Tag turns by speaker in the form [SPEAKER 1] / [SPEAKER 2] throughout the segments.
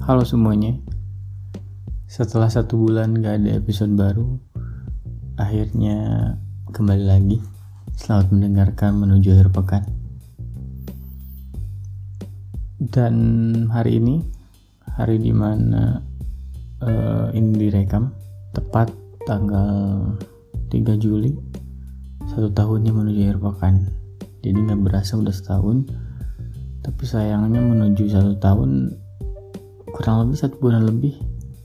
[SPEAKER 1] Halo semuanya. Setelah 1 bulan gak ada episode baru, akhirnya kembali lagi. Selamat mendengarkan menuju akhir pekan. Dan hari ini, hari dimana ini direkam, tepat tanggal 3 Juli, 1 tahunnya menuju akhir pekan. Jadi gak berasa udah setahun, tapi sayangnya menuju 1 tahun kurang lebih 1 bulan lebih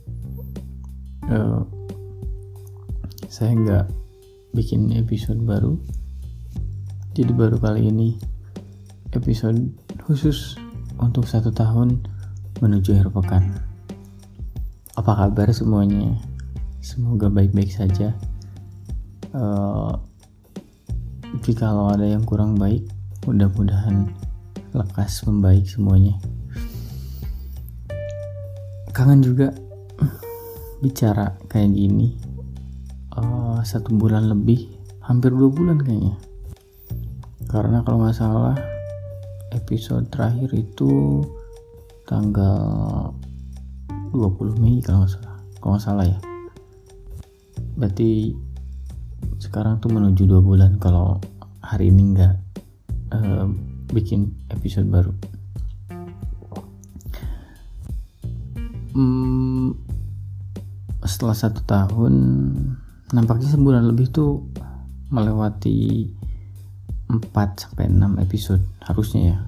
[SPEAKER 1] saya nggak bikin episode baru. Jadi baru kali ini episode khusus untuk 1 tahun menuju akhir pekan. Apa kabar semuanya? Semoga baik-baik saja. Jikalau ada yang kurang baik, mudah-mudahan lekas membaik semuanya. Kangen juga bicara kayak gini. 1 bulan lebih, hampir 2 bulan kayaknya. Karena kalau gak salah episode terakhir itu tanggal 20 Mei kalau gak salah ya. Berarti sekarang tuh menuju 2 bulan kalau hari ini gak bikin episode baru. Setelah 1 tahun, nampaknya sebulan lebih tuh melewati 4-6 episode harusnya ya.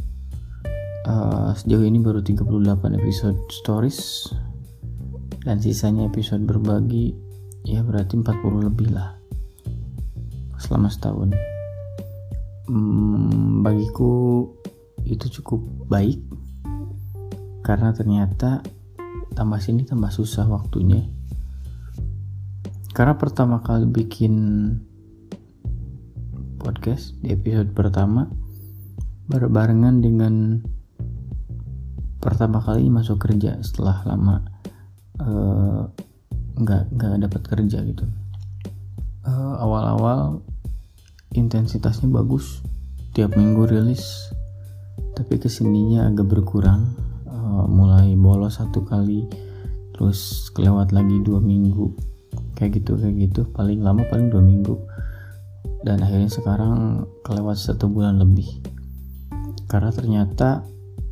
[SPEAKER 1] Sejauh ini baru 38 episode stories, dan sisanya episode berbagi, ya berarti 40 lebih lah selama setahun. Bagiku itu cukup baik, karena ternyata tambah sini tambah susah waktunya. Karena pertama kali bikin podcast di episode pertama barengan dengan pertama kali masuk kerja setelah lama nggak dapat kerja gitu. Awal-awal intensitasnya bagus, tiap minggu rilis, tapi kesininya agak berkurang. Mulai bolos 1 kali, terus kelewat lagi 2 minggu, kayak gitu, paling lama paling 2 minggu, dan akhirnya sekarang kelewat 1 bulan lebih. Karena ternyata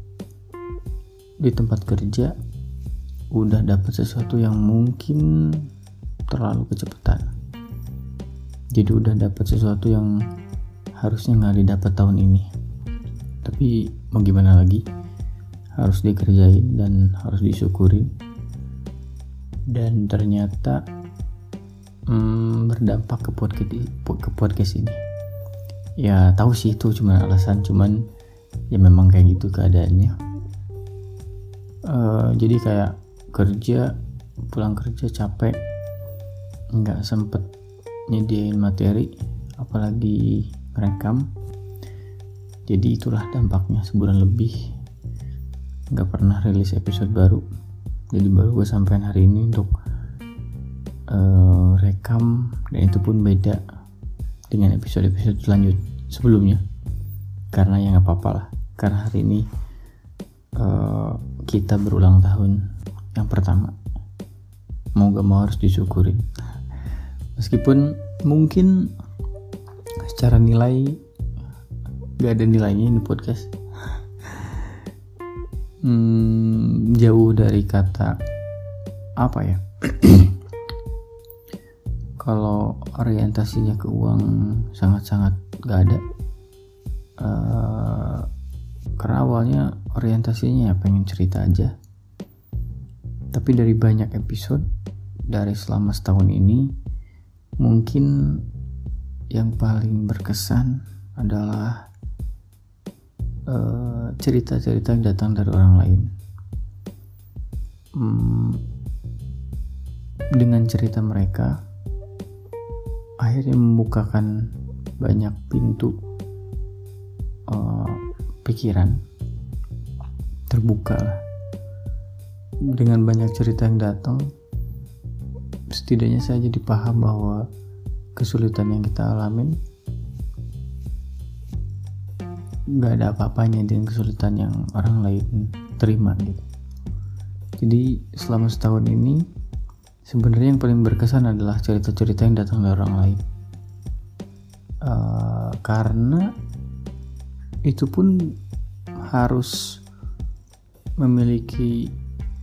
[SPEAKER 1] di tempat kerja udah dapat sesuatu yang mungkin terlalu kecepatan. Jadi udah dapat sesuatu yang harusnya nggak didapat tahun ini, tapi mau gimana lagi, harus dikerjain dan harus disyukurin. Dan ternyata berdampak ke podcast ini. Ya tahu sih itu cuma alasan, cuman ya memang kayak gitu keadaannya. Jadi kayak pulang kerja capek, nggak sempet nyediain materi, apalagi ngerekam. Jadi itulah dampaknya, sebulan lebih nggak pernah rilis episode baru. Jadi baru gue sampein hari ini untuk rekam, dan itu pun beda dengan episode-episode sebelumnya. Karena ya nggak apa-apa lah, karena hari ini kita berulang tahun yang pertama. Mau gak mau harus disyukurin. Meskipun mungkin secara nilai gak ada nilainya ini podcast. Jauh dari kata apa ya, kalau orientasinya ke uang sangat-sangat gak ada. Karena awalnya orientasinya ya pengen cerita aja, tapi dari banyak episode dari selama setahun ini, mungkin yang paling berkesan adalah cerita-cerita yang datang dari orang lain. Dengan cerita mereka akhirnya membukakan banyak pintu, pikiran terbuka lah. Dengan banyak cerita yang datang, setidaknya saya jadi paham bahwa kesulitan yang kita alamin gak ada apa-apanya dengan kesulitan yang orang lain terima gitu. Jadi selama setahun ini sebenarnya yang paling berkesan adalah cerita-cerita yang datang dari orang lain. Karena itu pun harus memiliki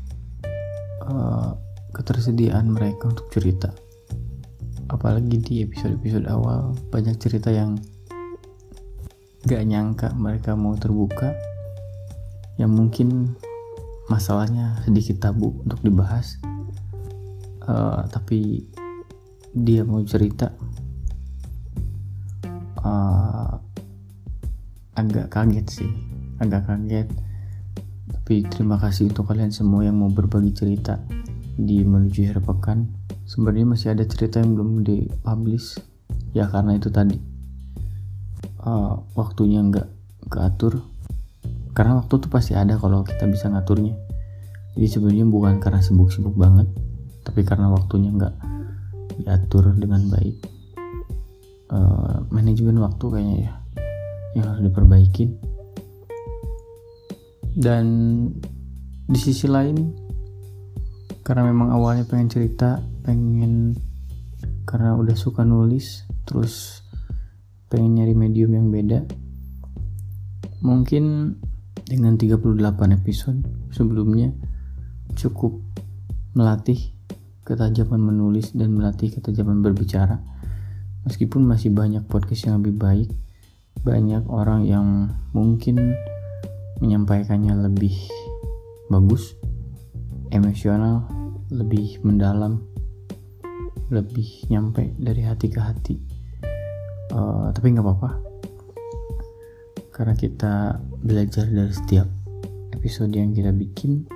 [SPEAKER 1] ketersediaan mereka untuk cerita. Apalagi di episode-episode awal banyak cerita yang gak nyangka mereka mau terbuka, yang mungkin masalahnya sedikit tabu untuk dibahas, tapi dia mau cerita. Agak kaget. Tapi terima kasih untuk kalian semua yang mau berbagi cerita di menuju akhir pekan. Sebenarnya masih ada cerita yang belum dipublish, ya karena itu tadi waktunya nggak keatur. Karena waktu tuh pasti ada kalau kita bisa ngaturnya. Jadi sebenarnya bukan karena sibuk-sibuk banget, tapi karena waktunya nggak diatur dengan baik. Manajemen waktu kayaknya ya yang harus diperbaikin. Dan di sisi lain, karena memang awalnya karena udah suka nulis, terus pengen nyari medium yang beda, mungkin dengan 38 episode sebelumnya cukup melatih ketajaman menulis dan melatih ketajaman berbicara. Meskipun masih banyak podcast yang lebih baik, banyak orang yang mungkin menyampaikannya lebih bagus, emosional, lebih mendalam, lebih nyampe dari hati ke hati. Tapi nggak apa-apa, karena kita belajar dari setiap episode yang kita bikin.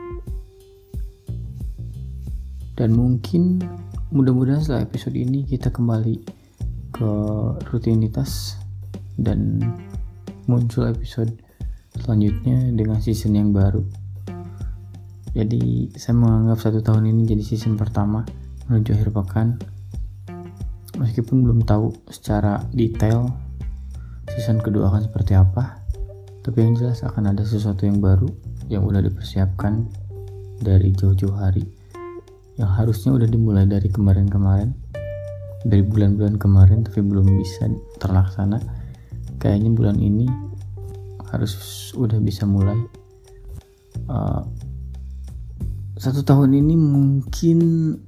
[SPEAKER 1] Dan mungkin mudah-mudahan setelah episode ini kita kembali ke rutinitas dan muncul episode selanjutnya dengan season yang baru. Jadi saya menganggap 1 tahun ini jadi season pertama menuju akhir pekan. Meskipun belum tahu secara detail season kedua akan seperti apa, tapi yang jelas akan ada sesuatu yang baru yang udah dipersiapkan dari jauh-jauh hari, yang harusnya udah dimulai dari kemarin-kemarin, dari bulan-bulan kemarin, tapi belum bisa terlaksana. Kayaknya bulan ini harus udah bisa mulai. 1 tahun ini mungkin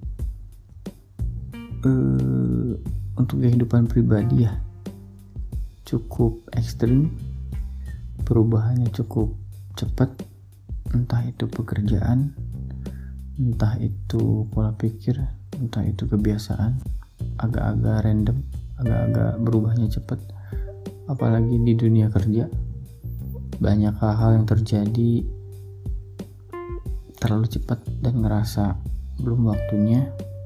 [SPEAKER 1] untuk kehidupan pribadi ya cukup ekstrim, perubahannya cukup cepat, entah itu pekerjaan, entah itu pola pikir, entah itu kebiasaan, agak-agak random, agak-agak berubahnya cepat. Apalagi di dunia kerja, banyak hal-hal yang terjadi terlalu cepat dan ngerasa belum waktunya.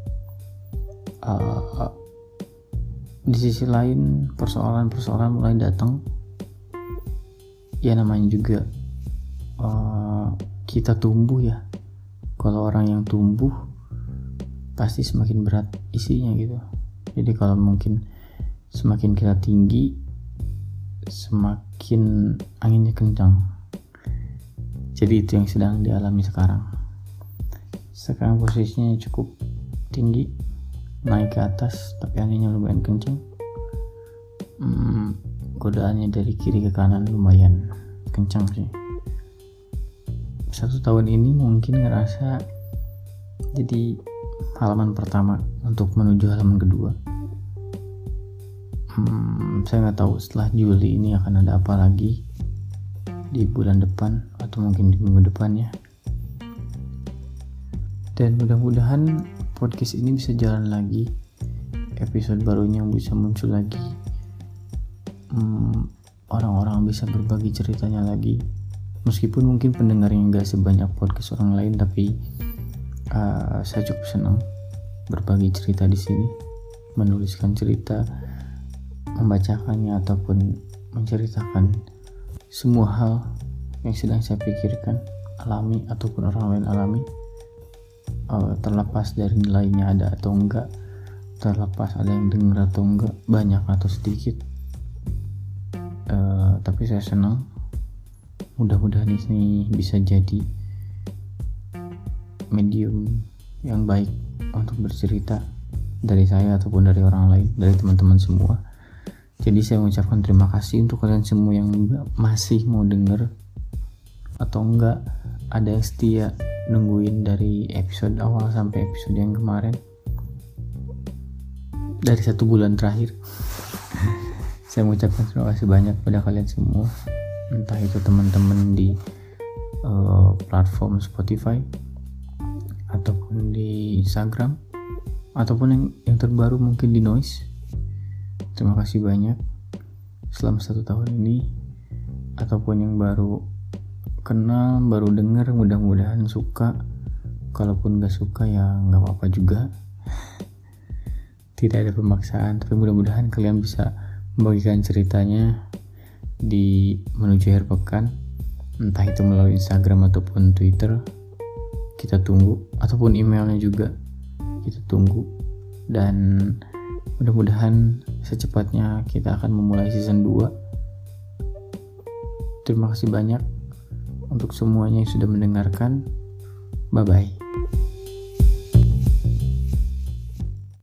[SPEAKER 1] Di sisi lain, persoalan-persoalan mulai datang. Ya namanya juga kita tumbuh ya. Kalau orang yang tumbuh pasti semakin berat isinya gitu. Jadi kalau mungkin semakin kita tinggi, semakin anginnya kencang. Jadi itu yang sedang dialami sekarang. Sekarang posisinya cukup tinggi, naik ke atas, tapi anginnya lumayan kencang. Godaannya dari kiri ke kanan lumayan kencang sih. 1 tahun ini mungkin ngerasa jadi halaman pertama untuk menuju halaman kedua. Saya nggak tahu setelah Juli ini akan ada apa lagi di bulan depan atau mungkin di minggu depannya. Dan mudah-mudahan podcast ini bisa jalan lagi, episode barunya bisa muncul lagi, orang-orang bisa berbagi ceritanya lagi. Meskipun mungkin pendengarnya nggak sebanyak podcast orang lain, tapi saya cukup senang berbagi cerita di sini, menuliskan cerita, membacakannya ataupun menceritakan semua hal yang sedang saya pikirkan, alami ataupun orang lain alami, terlepas dari nilainya ada atau enggak, terlepas ada yang dengar atau enggak, banyak atau sedikit. Tapi saya senang. Mudah-mudahan ini bisa jadi medium yang baik untuk bercerita dari saya ataupun dari orang lain, dari teman-teman semua. Jadi saya mengucapkan terima kasih untuk kalian semua yang masih mau denger atau enggak ada yang setia nungguin dari episode awal sampai episode yang kemarin, dari 1 bulan terakhir. Saya mengucapkan terima kasih banyak pada kalian semua, entah itu teman-teman di platform Spotify ataupun di Instagram ataupun yang terbaru mungkin di Noise. Terima kasih banyak selama 1 tahun ini, ataupun yang baru kenal, baru denger, mudah-mudahan suka. Kalaupun gak suka ya gak apa-apa juga, tidak ada pemaksaan, tapi mudah-mudahan kalian bisa membagikan ceritanya di menuju akhir pekan, entah itu melalui Instagram ataupun Twitter. Kita tunggu, ataupun emailnya juga kita tunggu. Dan mudah-mudahan secepatnya kita akan memulai season 2. Terima kasih banyak untuk semuanya yang sudah mendengarkan. Bye bye.